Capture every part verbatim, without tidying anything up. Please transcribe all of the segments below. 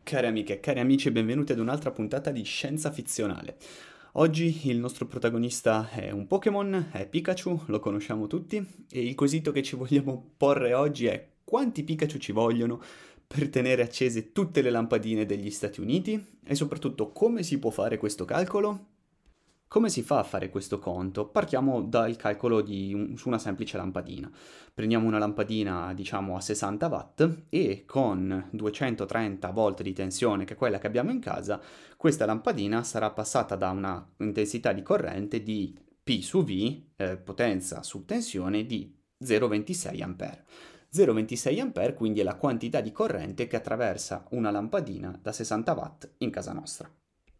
Cari amiche e cari amici, benvenuti ad un'altra puntata di Scienza Fizionale. Oggi il nostro protagonista è un Pokémon, è Pikachu, lo conosciamo tutti, e il quesito che ci vogliamo porre oggi è: quanti Pikachu ci vogliono per tenere accese tutte le lampadine degli Stati Uniti? E soprattutto, come si può fare questo calcolo? Come si fa a fare questo conto? Partiamo dal calcolo di un- su una semplice lampadina. Prendiamo una lampadina, diciamo, a sessanta watt e con duecentotrenta volt di tensione, che è quella che abbiamo in casa, questa lampadina sarà passata da una intensità di corrente di P su V, eh, potenza su tensione, di zero virgola ventisei A. zero virgola ventisei A quindi è la quantità di corrente che attraversa una lampadina da sessanta watt in casa nostra.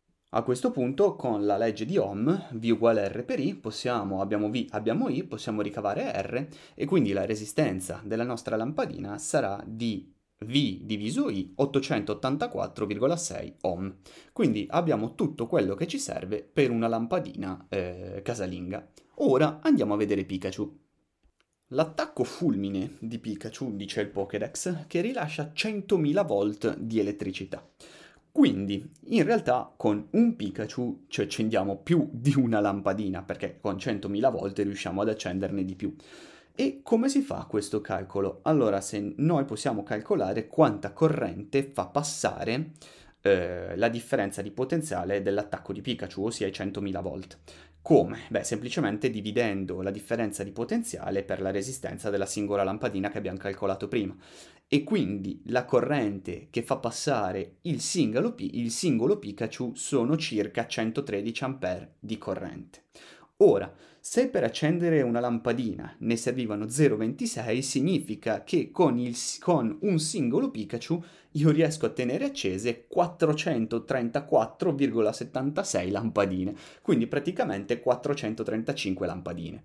A questo punto, con la legge di Ohm, V uguale R per I, possiamo, abbiamo V, abbiamo I, possiamo ricavare R, e quindi la resistenza della nostra lampadina sarà di V diviso I, ottocentottantaquattro virgola sei ohm. Quindi abbiamo tutto quello che ci serve per una lampadina eh, casalinga. Ora andiamo a vedere Pikachu. L'attacco fulmine di Pikachu, dice il Pokédex, che rilascia centomila volt di elettricità. Quindi, in realtà, con un Pikachu ci accendiamo più di una lampadina, perché con centomila volte riusciamo ad accenderne di più. E come si fa questo calcolo? Allora, se noi possiamo calcolare quanta corrente fa passare eh, la differenza di potenziale dell'attacco di Pikachu, ossia i centomila volt. Come? Beh, semplicemente dividendo la differenza di potenziale per la resistenza della singola lampadina che abbiamo calcolato prima. E quindi la corrente che fa passare il singolo, il singolo Pikachu sono circa centotredici ampere di corrente. Ora, se per accendere una lampadina ne servivano zero virgola ventisei, significa che con, il, con un singolo Pikachu io riesco a tenere accese quattrocentotrentaquattro virgola settantasei lampadine, quindi praticamente quattrocentotrentacinque lampadine.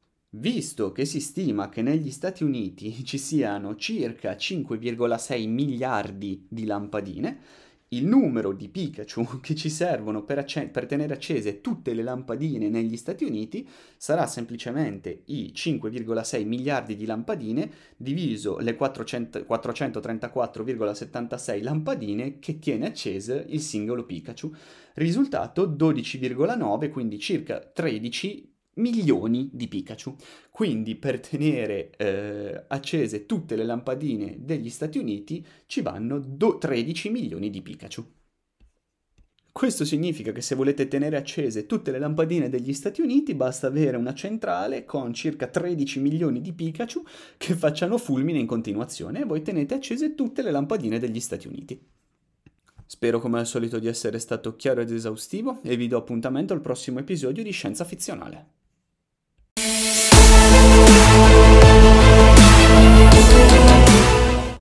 Visto che si stima che negli Stati Uniti ci siano circa cinque virgola sei miliardi di lampadine, il numero di Pikachu che ci servono per, acce- per tenere accese tutte le lampadine negli Stati Uniti sarà semplicemente i cinque virgola sei miliardi di lampadine diviso le quattrocento quattrocentotrentaquattro virgola settantasei lampadine che tiene accese il singolo Pikachu. Risultato dodici virgola nove, quindi circa tredici milioni di Pikachu. Quindi per tenere eh, accese tutte le lampadine degli Stati Uniti ci vanno do- tredici milioni di Pikachu. Questo significa che se volete tenere accese tutte le lampadine degli Stati Uniti basta avere una centrale con circa tredici milioni di Pikachu che facciano fulmine in continuazione e voi tenete accese tutte le lampadine degli Stati Uniti. Spero come al solito di essere stato chiaro ed esaustivo e vi do appuntamento al prossimo episodio di Scienza Fizionale.